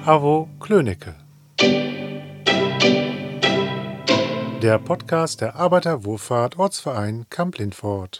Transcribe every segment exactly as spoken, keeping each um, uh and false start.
AWO Klönecke. Der Podcast der Arbeiterwohlfahrt Ortsverein Kamp-Lindfort.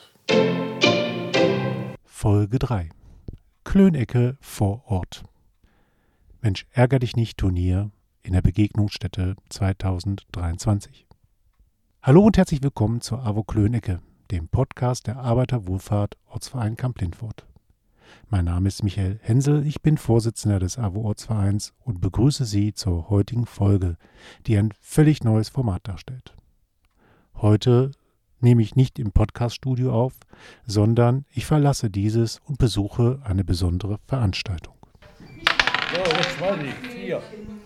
Folge drei. Klönecke vor Ort. Mensch, ärger dich nicht Turnier in der Begegnungsstätte zweitausenddreiundzwanzig. Hallo und herzlich willkommen zur AWO Klönecke, dem Podcast der Arbeiterwohlfahrt Ortsverein Kamp-Lindfort. Mein Name ist Michael Hensel, ich bin Vorsitzender des AWO-Ortsvereins und begrüße Sie zur heutigen Folge, die ein völlig neues Format darstellt. Heute nehme ich nicht im Podcaststudio auf, sondern ich verlasse dieses und besuche eine besondere Veranstaltung. So, jetzt weiß ich. Vier.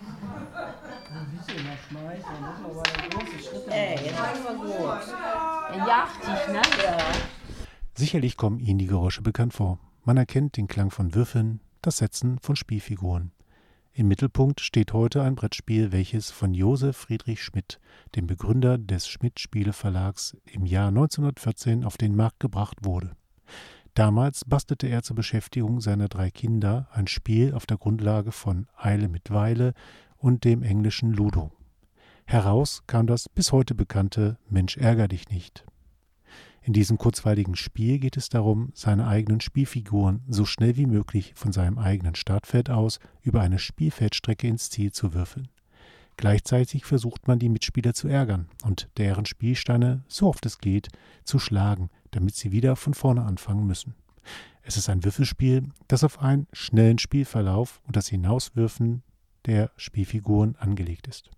Ey, jetzt machen wir gut. Er jagt dich, ne? Ja. Sicherlich kommen Ihnen die Geräusche bekannt vor. Man erkennt den Klang von Würfeln, das Setzen von Spielfiguren. Im Mittelpunkt steht heute ein Brettspiel, welches von Josef Friedrich Schmidt, dem Begründer des Schmidt-Spiele-Verlags, im Jahr neunzehnhundertvierzehn auf den Markt gebracht wurde. Damals bastelte er zur Beschäftigung seiner drei Kinder ein Spiel auf der Grundlage von Eile mit Weile und dem englischen Ludo. Heraus kam das bis heute bekannte Mensch, ärger dich nicht. In diesem kurzweiligen Spiel geht es darum, seine eigenen Spielfiguren so schnell wie möglich von seinem eigenen Startfeld aus über eine Spielfeldstrecke ins Ziel zu würfeln. Gleichzeitig versucht man, die Mitspieler zu ärgern und deren Spielsteine, so oft es geht, zu schlagen, damit sie wieder von vorne anfangen müssen. Es ist ein Würfelspiel, das auf einen schnellen Spielverlauf und das Hinauswürfen der Spielfiguren angelegt ist.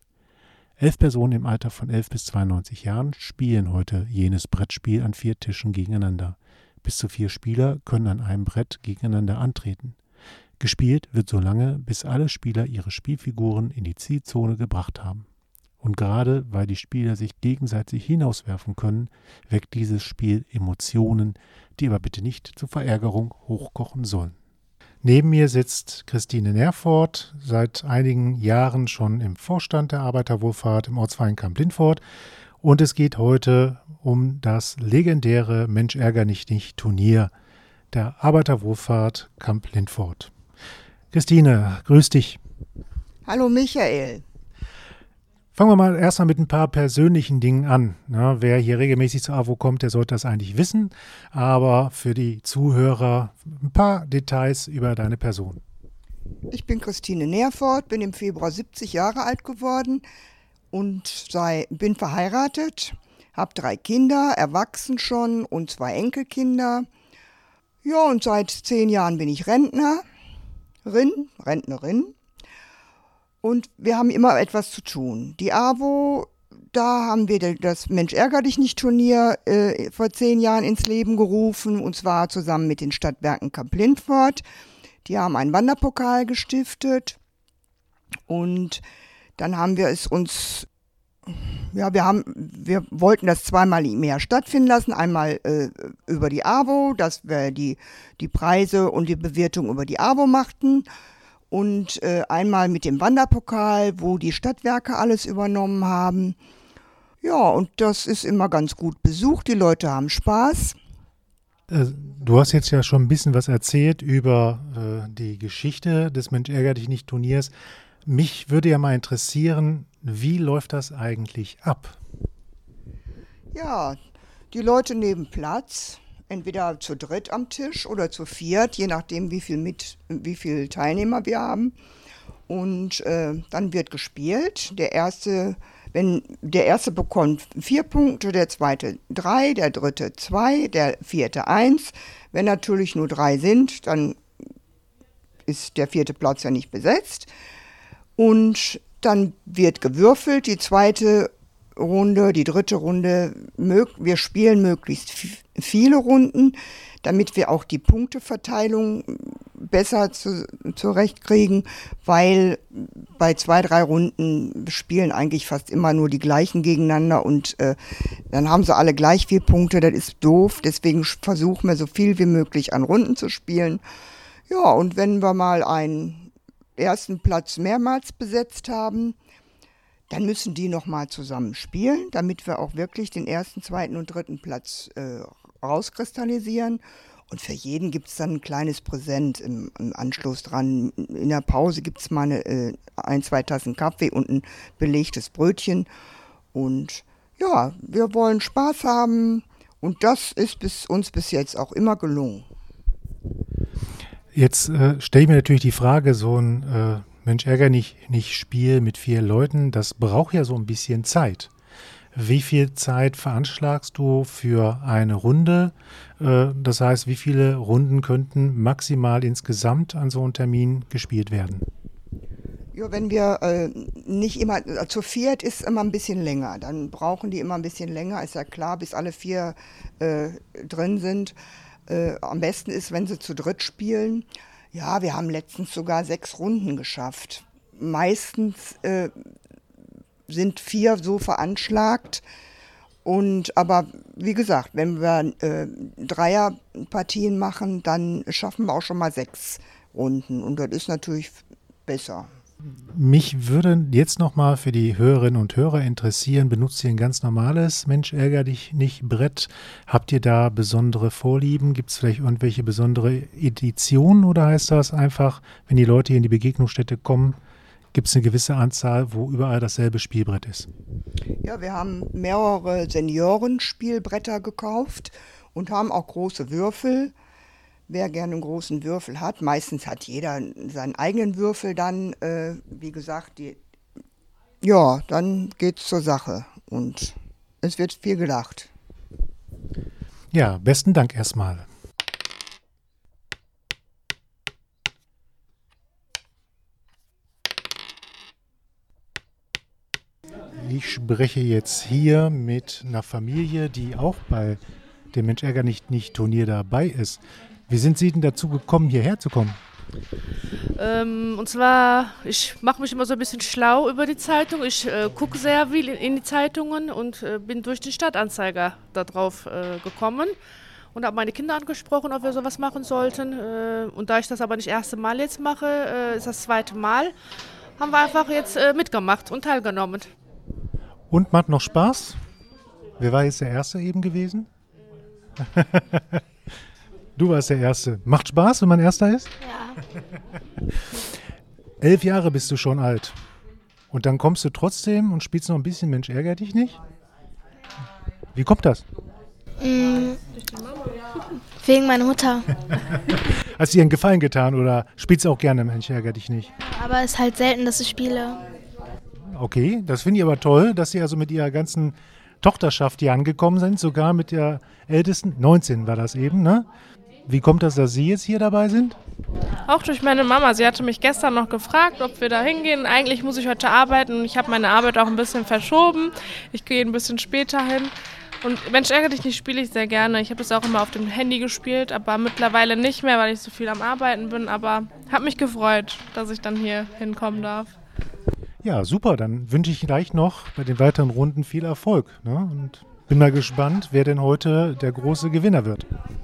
Elf Personen im Alter von elf bis zweiundneunzig Jahren spielen heute jenes Brettspiel an vier Tischen gegeneinander. Bis zu vier Spieler können an einem Brett gegeneinander antreten. Gespielt wird so lange, bis alle Spieler ihre Spielfiguren in die Zielzone gebracht haben. Und gerade weil die Spieler sich gegenseitig hinauswerfen können, weckt dieses Spiel Emotionen, die aber bitte nicht zur Verärgerung hochkochen sollen. Neben mir sitzt Christine Nerfort, seit einigen Jahren schon im Vorstand der Arbeiterwohlfahrt im Ortsverein Kamp-Lindfort. Und es geht heute um das legendäre Mensch, ärger dich nicht Turnier der Arbeiterwohlfahrt Kamp-Lindfort. Christine, grüß dich. Hallo Michael. Fangen wir mal erstmal mit ein paar persönlichen Dingen an. Na, wer hier regelmäßig zur AWO kommt, der sollte das eigentlich wissen. Aber für die Zuhörer ein paar Details über deine Person. Ich bin Christine Nerfort, bin im Februar siebzig Jahre alt geworden und sei, bin verheiratet, habe drei Kinder, erwachsen schon und zwei Enkelkinder. Ja, und seit zehn Jahren bin ich Rentnerin, Rentnerin. Und wir haben immer etwas zu tun. Die AWO, da haben wir das Mensch, ärger dich nicht Turnier äh, vor zehn Jahren ins Leben gerufen, und zwar zusammen mit den Stadtwerken Kamp-Lindfort. Die haben einen Wanderpokal gestiftet und dann haben wir es uns, ja, wir haben, wir wollten das zweimal im Jahr stattfinden lassen. Einmal äh, über die AWO, dass wir die, die Preise und die Bewertung über die AWO machten. Und äh, einmal mit dem Wanderpokal, wo die Stadtwerke alles übernommen haben. Ja, und das ist immer ganz gut besucht. Die Leute haben Spaß. Du hast jetzt ja schon ein bisschen was erzählt über äh, die Geschichte des Mensch, ärger dich nicht Turniers. Mich würde ja mal interessieren, wie läuft das eigentlich ab? Ja, die Leute nehmen Platz. Entweder zu dritt am Tisch oder zu viert, je nachdem, wie viel, mit, wie viel Teilnehmer wir haben. Und äh, dann wird gespielt. Der erste, wenn der erste bekommt vier Punkte, der zweite drei, der dritte zwei, der vierte eins. Wenn natürlich nur drei sind, dann ist der vierte Platz ja nicht besetzt. Und dann wird gewürfelt. Die zweite Runde, die dritte Runde, wir spielen möglichst viele Runden, damit wir auch die Punkteverteilung besser zu, zurechtkriegen, weil bei zwei, drei Runden spielen eigentlich fast immer nur die gleichen gegeneinander und äh, dann haben sie alle gleich viel Punkte, das ist doof, deswegen versuchen wir so viel wie möglich an Runden zu spielen. Ja, und wenn wir mal einen ersten Platz mehrmals besetzt haben, dann müssen die nochmal zusammen spielen, damit wir auch wirklich den ersten, zweiten und dritten Platz äh, rauskristallisieren. Und für jeden gibt es dann ein kleines Präsent im, im Anschluss dran. In der Pause gibt es mal eine, äh, ein, zwei Tassen Kaffee und ein belegtes Brötchen. Und ja, wir wollen Spaß haben und das ist bis, uns bis jetzt auch immer gelungen. Jetzt äh, stelle ich mir natürlich die Frage, so ein äh, Mensch ärger nicht, nicht Spiel mit vier Leuten, das braucht ja so ein bisschen Zeit. Wie viel Zeit veranschlagst du für eine Runde? Äh, das heißt, wie viele Runden könnten maximal insgesamt an so einem Termin gespielt werden? Ja, wenn wir äh, nicht immer, äh, zu viert ist immer ein bisschen länger. Dann brauchen die immer ein bisschen länger, ist ja klar, bis alle vier äh, drin sind. Äh, am besten ist, wenn sie zu dritt spielen. Ja, wir haben letztens sogar sechs Runden geschafft. Meistens äh, sind vier so veranschlagt. Und aber wie gesagt, wenn wir äh, Dreierpartien machen, dann schaffen wir auch schon mal sechs Runden. Und das ist natürlich besser. Mich würde jetzt nochmal für die Hörerinnen und Hörer interessieren, benutzt ihr ein ganz normales Mensch ärger dich nicht Brett? Habt ihr da besondere Vorlieben? Gibt es vielleicht irgendwelche besondere Editionen oder heißt das einfach, wenn die Leute hier in die Begegnungsstätte kommen, gibt es eine gewisse Anzahl, wo überall dasselbe Spielbrett ist? Ja, wir haben mehrere Seniorenspielbretter gekauft und haben auch große Würfel. Wer gerne einen großen Würfel hat, meistens hat jeder seinen eigenen Würfel dann, äh, wie gesagt, die, ja, dann geht's zur Sache und es wird viel gelacht. Ja, besten Dank erstmal. Ich spreche jetzt hier mit einer Familie, die auch bei dem Mensch ärger nicht, nicht Turnier dabei ist. Wie sind Sie denn dazu gekommen, hierher zu kommen? Ähm, und zwar, ich mache mich immer so ein bisschen schlau über die Zeitung. Ich äh, gucke sehr viel in, in die Zeitungen und äh, bin durch den Stadtanzeiger darauf äh, gekommen und habe meine Kinder angesprochen, ob wir sowas machen sollten. Äh, und da ich das aber nicht das erste Mal jetzt mache, äh, ist das zweite Mal, haben wir einfach jetzt äh, mitgemacht und teilgenommen. Und macht noch Spaß? Wer war jetzt der Erste eben gewesen? Du warst der Erste. Macht Spaß, wenn man Erster ist? Ja. Elf Jahre bist du schon alt. Und dann kommst du trotzdem und spielst noch ein bisschen Mensch ärger dich nicht? Wie kommt das? Mm, wegen meiner Mutter. Hast du dir einen Gefallen getan oder spielst du auch gerne Mensch ärger dich nicht? Aber es ist halt selten, dass ich spiele. Okay, das finde ich aber toll, dass Sie also mit Ihrer ganzen Tochterschaft hier angekommen sind, sogar mit der Ältesten, neunzehn war das eben, ne? Wie kommt das, dass Sie jetzt hier dabei sind? Auch durch meine Mama. Sie hatte mich gestern noch gefragt, ob wir da hingehen. Eigentlich muss ich heute arbeiten und ich habe meine Arbeit auch ein bisschen verschoben. Ich gehe ein bisschen später hin. Und Mensch ärger dich nicht spiele ich sehr gerne. Ich habe das auch immer auf dem Handy gespielt, aber mittlerweile nicht mehr, weil ich so viel am Arbeiten bin. Aber habe mich gefreut, dass ich dann hier hinkommen darf. Ja, super. Dann wünsche ich gleich noch bei den weiteren Runden viel Erfolg. Ne? Und bin mal gespannt, wer denn heute der große Gewinner wird.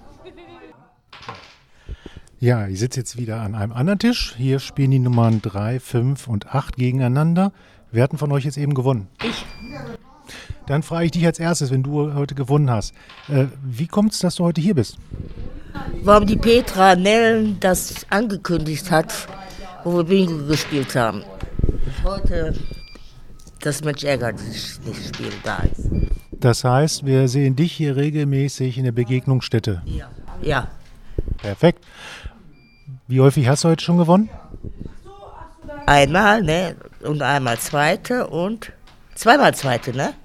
Ja, ich sitze jetzt wieder an einem anderen Tisch. Hier spielen die Nummern drei, fünf und acht gegeneinander. Wer hat denn von euch jetzt eben gewonnen? Ich. Dann frage ich dich als erstes, wenn du heute gewonnen hast. Äh, wie kommt es, dass du heute hier bist? Warum die Petra Nellen das angekündigt hat, wo wir Bingo gespielt haben. Und heute das Mensch ärger dich nicht Spiel da ist. Das heißt, wir sehen dich hier regelmäßig in der Begegnungsstätte. Ja. Ja. Perfekt. Wie häufig hast du heute schon gewonnen? Einmal, ne? Und einmal zweite und zweimal zweite, ne?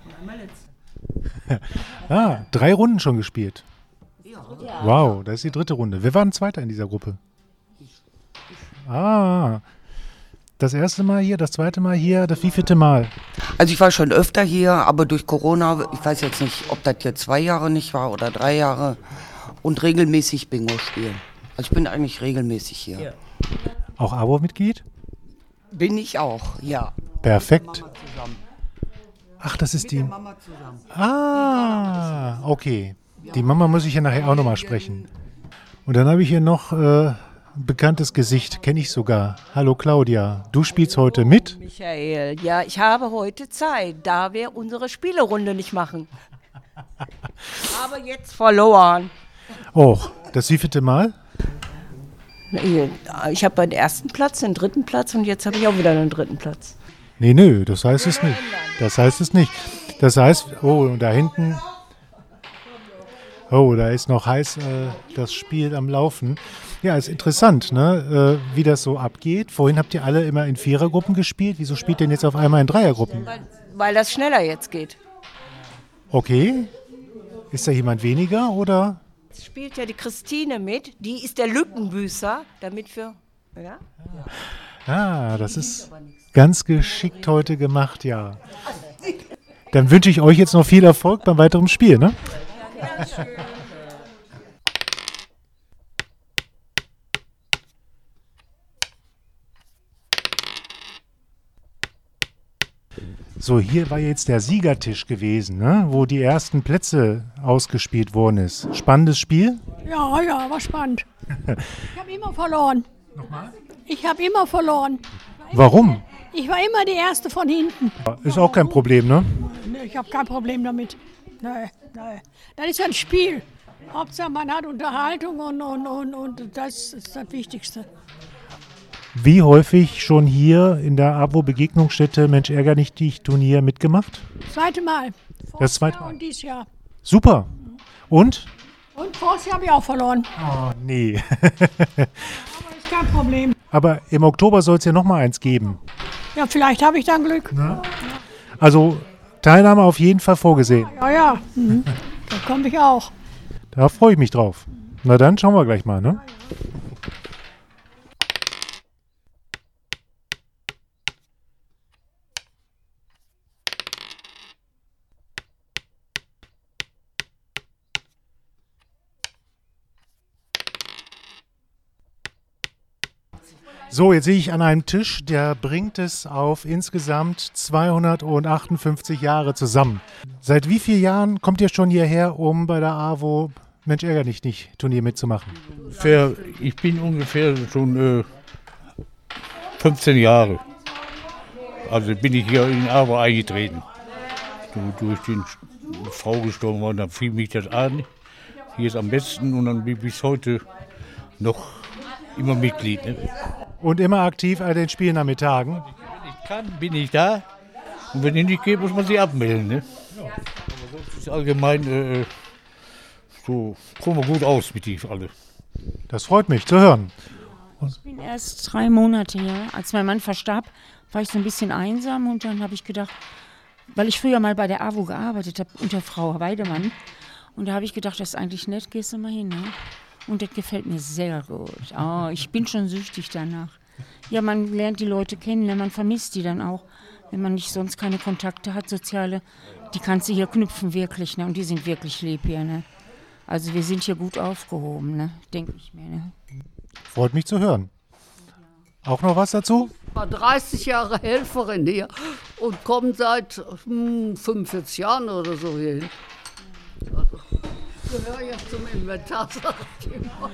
Ah, drei Runden schon gespielt. Wow, das ist die dritte Runde. Wer war denn Zweiter in dieser Gruppe? Ah, das erste Mal hier, das zweite Mal hier, das wievielte Mal? Also ich war schon öfter hier, aber durch Corona, ich weiß jetzt nicht, ob das jetzt zwei Jahre nicht war oder drei Jahre, und regelmäßig Bingo spielen. Also ich bin eigentlich regelmäßig hier. Ja. Auch Abo-Mitglied? Bin ich auch, ja. Perfekt. Mama zusammen. Ach, das ist Mit die... der Mama zusammen. Ah, okay. Die Mama muss ich ja nachher auch nochmal sprechen. Und dann habe ich hier noch äh, ein bekanntes Gesicht, kenne ich sogar. Hallo Claudia, du spielst heute mit? Michael, ja, ich habe heute Zeit, da wir unsere Spielerunde nicht machen. Aber jetzt verloren. Oh, Das wievielte Mal? Ich habe den ersten Platz, den dritten Platz und jetzt habe ich auch wieder den dritten Platz. Nee, nö, das heißt es nicht. Das heißt es nicht. Das heißt, oh, und da hinten, oh, da ist noch heiß äh, das Spiel am Laufen. Ja, ist interessant, ne, äh, wie das so abgeht. Vorhin habt ihr alle immer in Vierergruppen gespielt. Wieso spielt ihr denn jetzt auf einmal in Dreiergruppen? Weil, weil das schneller jetzt geht. Okay. Ist da jemand weniger oder? Es spielt ja die Christine mit, die ist der Lückenbüßer, damit wir, ja? Ah, das ist ganz geschickt heute gemacht, ja. Dann wünsche ich euch jetzt noch viel Erfolg beim weiteren Spiel, ne? Ja, schön. So, hier war jetzt der Siegertisch gewesen, ne? Wo die ersten Plätze ausgespielt worden ist. Spannendes Spiel? Ja, ja, war spannend. Ich habe immer verloren. Nochmal? Ich habe immer verloren. Warum? Ich war immer die Erste von hinten. Ist auch kein Problem, ne? Nee, ich habe kein Problem damit. Nee, nee. Das ist ein Spiel. Hauptsache man hat Unterhaltung und, und, und, und das ist das Wichtigste. Wie häufig schon hier in der AWO-Begegnungsstätte Mensch ärger dich Turnier mitgemacht? Zweite Mal. Das zweite Mal. Und dieses Jahr. Super. Und? Und voriges Jahr habe ich auch verloren. Oh, nee. Aber ist kein Problem. Aber im Oktober soll es ja noch mal eins geben. Ja, vielleicht habe ich dann Glück. Na? Also Teilnahme auf jeden Fall vorgesehen. Ja, ja. Mhm. Da komme ich auch. Da freue ich mich drauf. Na dann schauen wir gleich mal, ne? So, jetzt sehe ich an einem Tisch, der bringt es auf insgesamt zweihundertachtundfünfzig Jahre zusammen. Seit wie vielen Jahren kommt ihr schon hierher, um bei der AWO Mensch ärger dich nicht Turnier mitzumachen? Für, ich bin ungefähr schon äh, fünfzehn Jahre. Also bin ich hier in AWO eingetreten. Durch die Frau gestorben war, dann fiel mich das an. Hier ist am besten und dann bin ich bis heute noch immer Mitglied. Ne? Und immer aktiv an den Spielnachmittagen? Wenn ich kann, bin ich da. Und wenn ich nicht gehe, muss man sich abmelden. Ne? Ja. Aber sonst ist allgemein äh, so, kommen wir gut aus mit die alle. Das freut mich zu hören. Und ich bin erst drei Monate hier. Als mein Mann verstarb, war ich so ein bisschen einsam und dann habe ich gedacht, weil ich früher mal bei der AWO gearbeitet habe, unter Frau Weidemann. Und da habe ich gedacht, das ist eigentlich nett, gehst du mal hin. Ne? Und das gefällt mir sehr gut. Oh, ich bin schon süchtig danach. Ja, man lernt die Leute kennen, ne? Man vermisst die dann auch. Wenn man nicht sonst keine Kontakte hat, soziale, die kannst du hier knüpfen wirklich. Ne? Und die sind wirklich lieb hier. Ne? Also wir sind hier gut aufgehoben, ne? Denke ich mir. Ne? Freut mich zu hören. Auch noch was dazu? Ich war dreißig Jahre Helferin hier und komme seit hm, fünfundvierzig Jahren oder so hier hin. Also, ich gehöre jetzt zum Inventar, sag ich immer.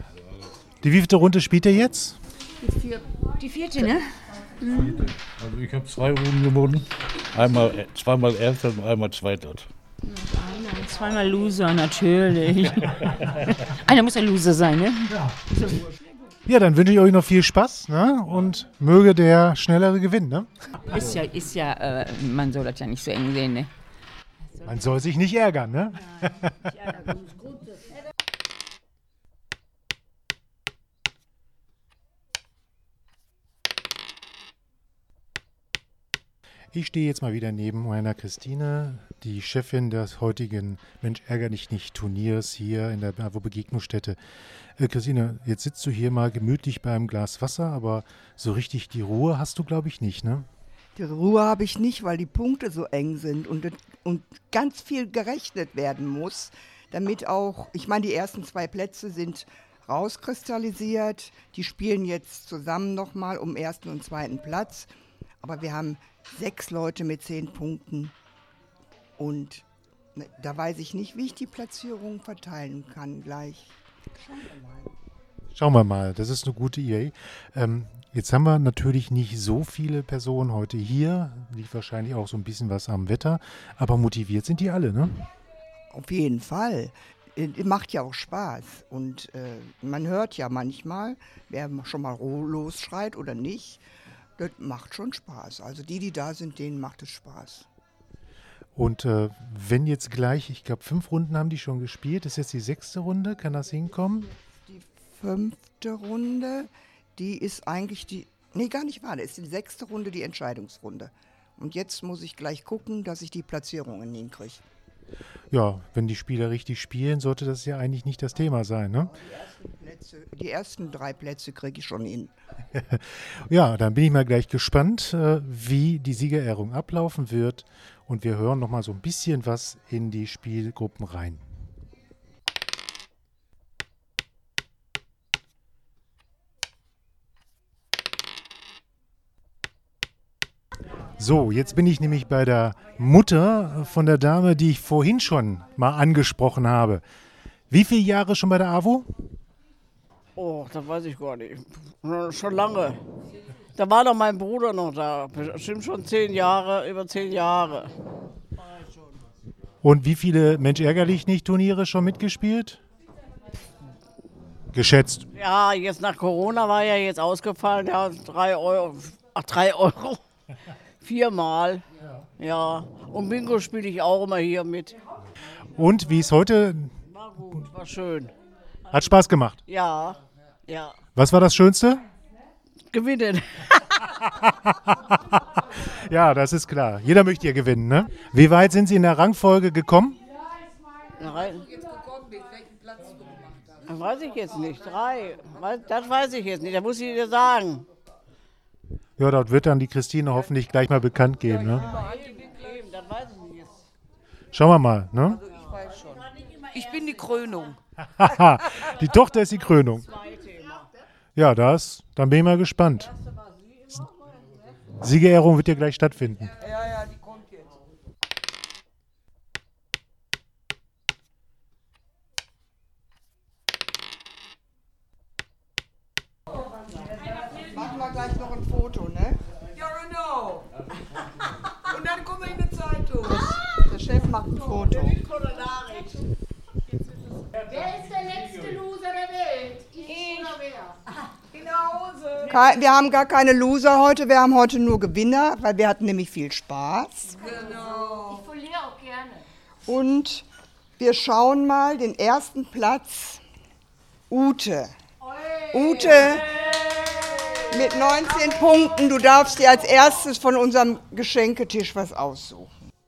Die wievielte Runde spielt ihr jetzt? Die vierte. Die vierte, ne? Mhm. Also ich habe zwei Runden gewonnen. Einmal, zweimal Erster und einmal Zweiter. Einer, zweimal Loser, natürlich. Einer muss ein Loser sein, ne? Ja. Ja, dann wünsche ich euch noch viel Spaß, ne? Und möge der Schnellere gewinnen, ne? Ist ja, ist ja äh, man soll das ja nicht so eng sehen, ne? Man soll sich nicht ärgern, ne? Ich stehe jetzt mal wieder neben meiner Christine, die Chefin des heutigen Mensch ärger dich nicht Turniers hier in der AWO-Begegnungsstätte. Äh, Christine, jetzt sitzt du hier mal gemütlich bei einem Glas Wasser, aber so richtig die Ruhe hast du, glaube ich, nicht, ne? Die Ruhe habe ich nicht, weil die Punkte so eng sind und, und ganz viel gerechnet werden muss, damit auch, ich meine, die ersten zwei Plätze sind rauskristallisiert, die spielen jetzt zusammen nochmal um ersten und zweiten Platz, aber wir haben sechs Leute mit zehn Punkten und ne, da weiß ich nicht, wie ich die Platzierung verteilen kann gleich. Schauen wir mal. Schauen wir mal, das ist eine gute Idee. Ähm, jetzt haben wir natürlich nicht so viele Personen heute hier, liegt wahrscheinlich auch so ein bisschen was am Wetter, aber motiviert sind die alle, ne? Auf jeden Fall. äh, macht ja auch Spaß. Und äh, man hört ja manchmal, wer schon mal losschreit oder nicht, das macht schon Spaß. Also die, die da sind, denen macht es Spaß. Und äh, wenn jetzt gleich, ich glaube, fünf Runden haben die schon gespielt, das ist jetzt die sechste Runde, kann das hinkommen? Die fünfte Runde, die ist eigentlich die, nee, gar nicht wahr, das ist die sechste Runde, die Entscheidungsrunde. Und jetzt muss ich gleich gucken, dass ich die Platzierungen hinkriege. Ja, wenn die Spieler richtig spielen, sollte das ja eigentlich nicht das Thema sein, ne? Die ersten, Plätze, die ersten drei Plätze kriege ich schon hin. Ja, dann bin ich mal gleich gespannt, äh, wie die Siegerehrung ablaufen wird. Und wir hören noch mal so ein bisschen was in die Spielgruppen rein. So, jetzt bin ich nämlich bei der Mutter von der Dame, die ich vorhin schon mal angesprochen habe. Wie viele Jahre schon bei der A W O? Oh, das weiß ich gar nicht. Schon lange. Da war doch mein Bruder noch da. Bestimmt schon zehn Jahre, über zehn Jahre. Und wie viele Mensch ärgerlich nicht Turniere schon mitgespielt? Geschätzt. Ja, jetzt nach Corona war ja jetzt ausgefallen. Ja, drei Euro. Ach, drei Euro. Viermal. Ja. Und Bingo spiele ich auch immer hier mit. Und wie ist heute? War gut, war schön. Hat Spaß gemacht? Ja, ja. Was war das Schönste? Gewinnen. Ja, das ist klar. Jeder möchte ja gewinnen, ne? Wie weit sind Sie in der Rangfolge gekommen? Nein. Das weiß ich jetzt nicht. Drei. Das weiß ich jetzt nicht. Da muss ich dir sagen. Ja, dort wird dann die Christine hoffentlich gleich mal bekannt geben, ne? Schauen wir mal, ne? Ich weiß schon. Ich bin die Krönung. Die Tochter ist die Krönung. Ja, das, dann bin ich mal gespannt. Siegerehrung wird ja gleich stattfinden. Ja, ja, die kommt jetzt. Machen wir gleich noch ein Foto, ne? Ja, genau. Und dann kommen wir in die Zeitung. Der Chef macht ein Foto. Wer ist der letzte Loser der Welt? Ich oder wer? In Hause. Kei- Wir haben gar keine Loser heute, wir haben heute nur Gewinner, weil wir hatten nämlich viel Spaß. Genau. Ich verliere auch gerne. Und wir schauen mal den ersten Platz. Ute. Ute mit neunzehn Punkten. Du darfst dir als erstes von unserem Geschenketisch was aussuchen.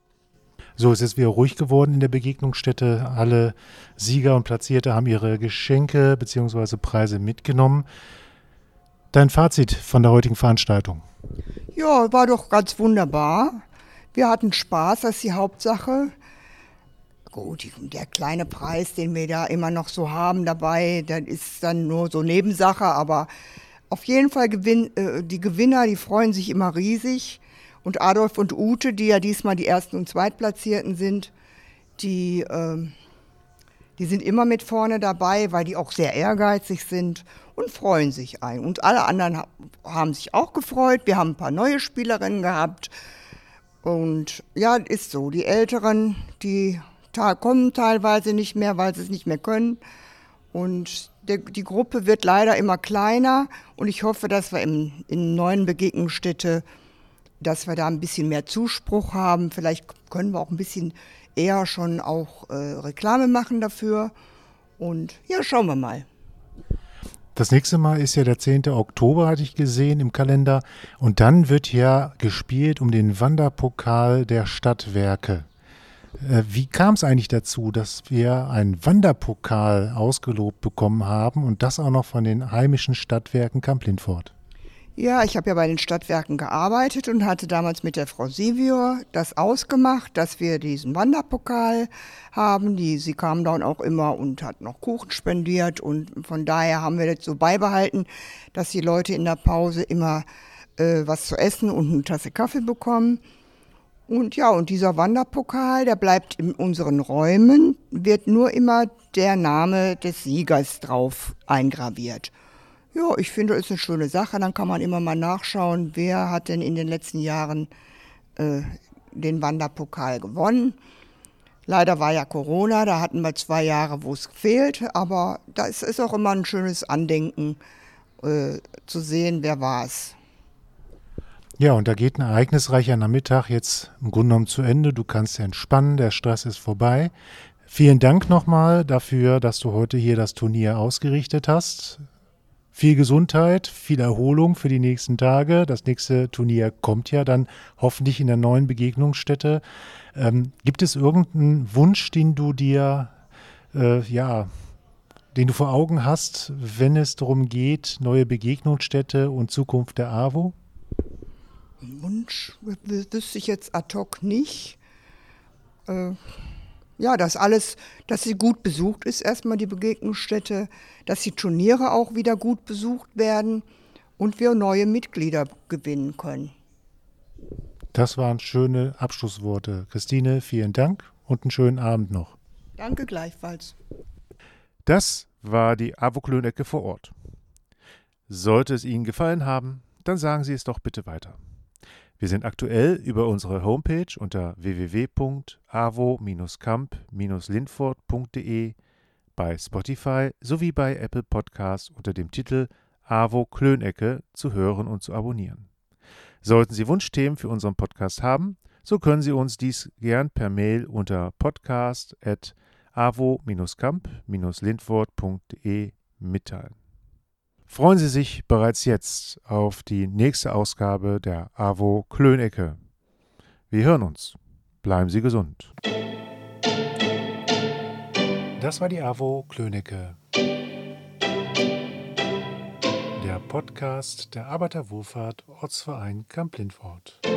So, es ist wieder ruhig geworden in der Begegnungsstätte. Alle Sieger und Platzierte haben ihre Geschenke bzw. Preise mitgenommen. Dein Fazit von der heutigen Veranstaltung? Ja, war doch ganz wunderbar. Wir hatten Spaß, das ist die Hauptsache. Gut, die- der kleine Preis, den wir da immer noch so haben dabei, das ist dann nur so Nebensache, aber auf jeden Fall gewinn, äh, die Gewinner, die freuen sich immer riesig. Und Adolf und Ute, die ja diesmal die Ersten- und Zweitplatzierten sind, die, ähm, die sind immer mit vorne dabei, weil die auch sehr ehrgeizig sind und freuen sich ein. Und alle anderen ha- haben sich auch gefreut. Wir haben ein paar neue Spielerinnen gehabt. Und ja, ist so. Die Älteren, die ta- kommen teilweise nicht mehr, weil sie es nicht mehr können. Und der, die Gruppe wird leider immer kleiner. Und ich hoffe, dass wir im, in neuen Begegnungsstätte, dass wir da ein bisschen mehr Zuspruch haben. Vielleicht können wir auch ein bisschen eher schon auch äh, Reklame machen dafür. Und ja, schauen wir mal. Das nächste Mal ist ja der zehnte Oktober, hatte ich gesehen im Kalender. Und dann wird ja gespielt um den Wanderpokal der Stadtwerke. Äh, Wie kam es eigentlich dazu, dass wir einen Wanderpokal ausgelobt bekommen haben und das auch noch von den heimischen Stadtwerken Kamp-Lindfort? Ja, ich habe ja bei den Stadtwerken gearbeitet und hatte damals mit der Frau Sivior das ausgemacht, dass wir diesen Wanderpokal haben. Die, sie kam dann auch immer und hat noch Kuchen spendiert und von daher haben wir das so beibehalten, dass die Leute in der Pause immer äh, was zu essen und eine Tasse Kaffee bekommen. Und ja, und dieser Wanderpokal, der bleibt in unseren Räumen, wird nur immer der Name des Siegers drauf eingraviert. Ja, ich finde, es ist eine schöne Sache. Dann kann man immer mal nachschauen, wer hat denn in den letzten Jahren äh, den Wanderpokal gewonnen. Leider war ja Corona, da hatten wir zwei Jahre, wo es fehlt, aber da ist, ist auch immer ein schönes Andenken, äh, zu sehen, wer war es. Ja, und da geht ein ereignisreicher Nachmittag jetzt im Grunde genommen zu Ende. Du kannst entspannen, der Stress ist vorbei. Vielen Dank nochmal dafür, dass du heute hier das Turnier ausgerichtet hast. Viel Gesundheit, viel Erholung für die nächsten Tage. Das nächste Turnier kommt ja dann hoffentlich in der neuen Begegnungsstätte. Ähm, gibt es irgendeinen Wunsch, den du dir, äh, ja, den du vor Augen hast, wenn es darum geht, neue Begegnungsstätte und Zukunft der AWO? Wunsch w- wüsste ich jetzt ad hoc nicht. Äh, ja, dass alles, dass sie gut besucht ist, erstmal die Begegnungsstätte, dass die Turniere auch wieder gut besucht werden und wir neue Mitglieder gewinnen können. Das waren schöne Abschlussworte. Christine, vielen Dank und einen schönen Abend noch. Danke gleichfalls. Das war die AWO Klönecke vor Ort. Sollte es Ihnen gefallen haben, dann sagen Sie es doch bitte weiter. Wir sind aktuell über unsere Homepage unter w w w punkt a w o camp lindfort punkt d e, bei Spotify sowie bei Apple Podcasts unter dem Titel AWO Klönecke zu hören und zu abonnieren. Sollten Sie Wunschthemen für unseren Podcast haben, so können Sie uns dies gern per Mail unter podcast at a w o camp lindfort punkt d e mitteilen. Freuen Sie sich bereits jetzt auf die nächste Ausgabe der AWO Klönecke. Wir hören uns. Bleiben Sie gesund. Das war die AWO Klönecke. Der Podcast der Arbeiterwohlfahrt Ortsverein Kamp-Lindfort.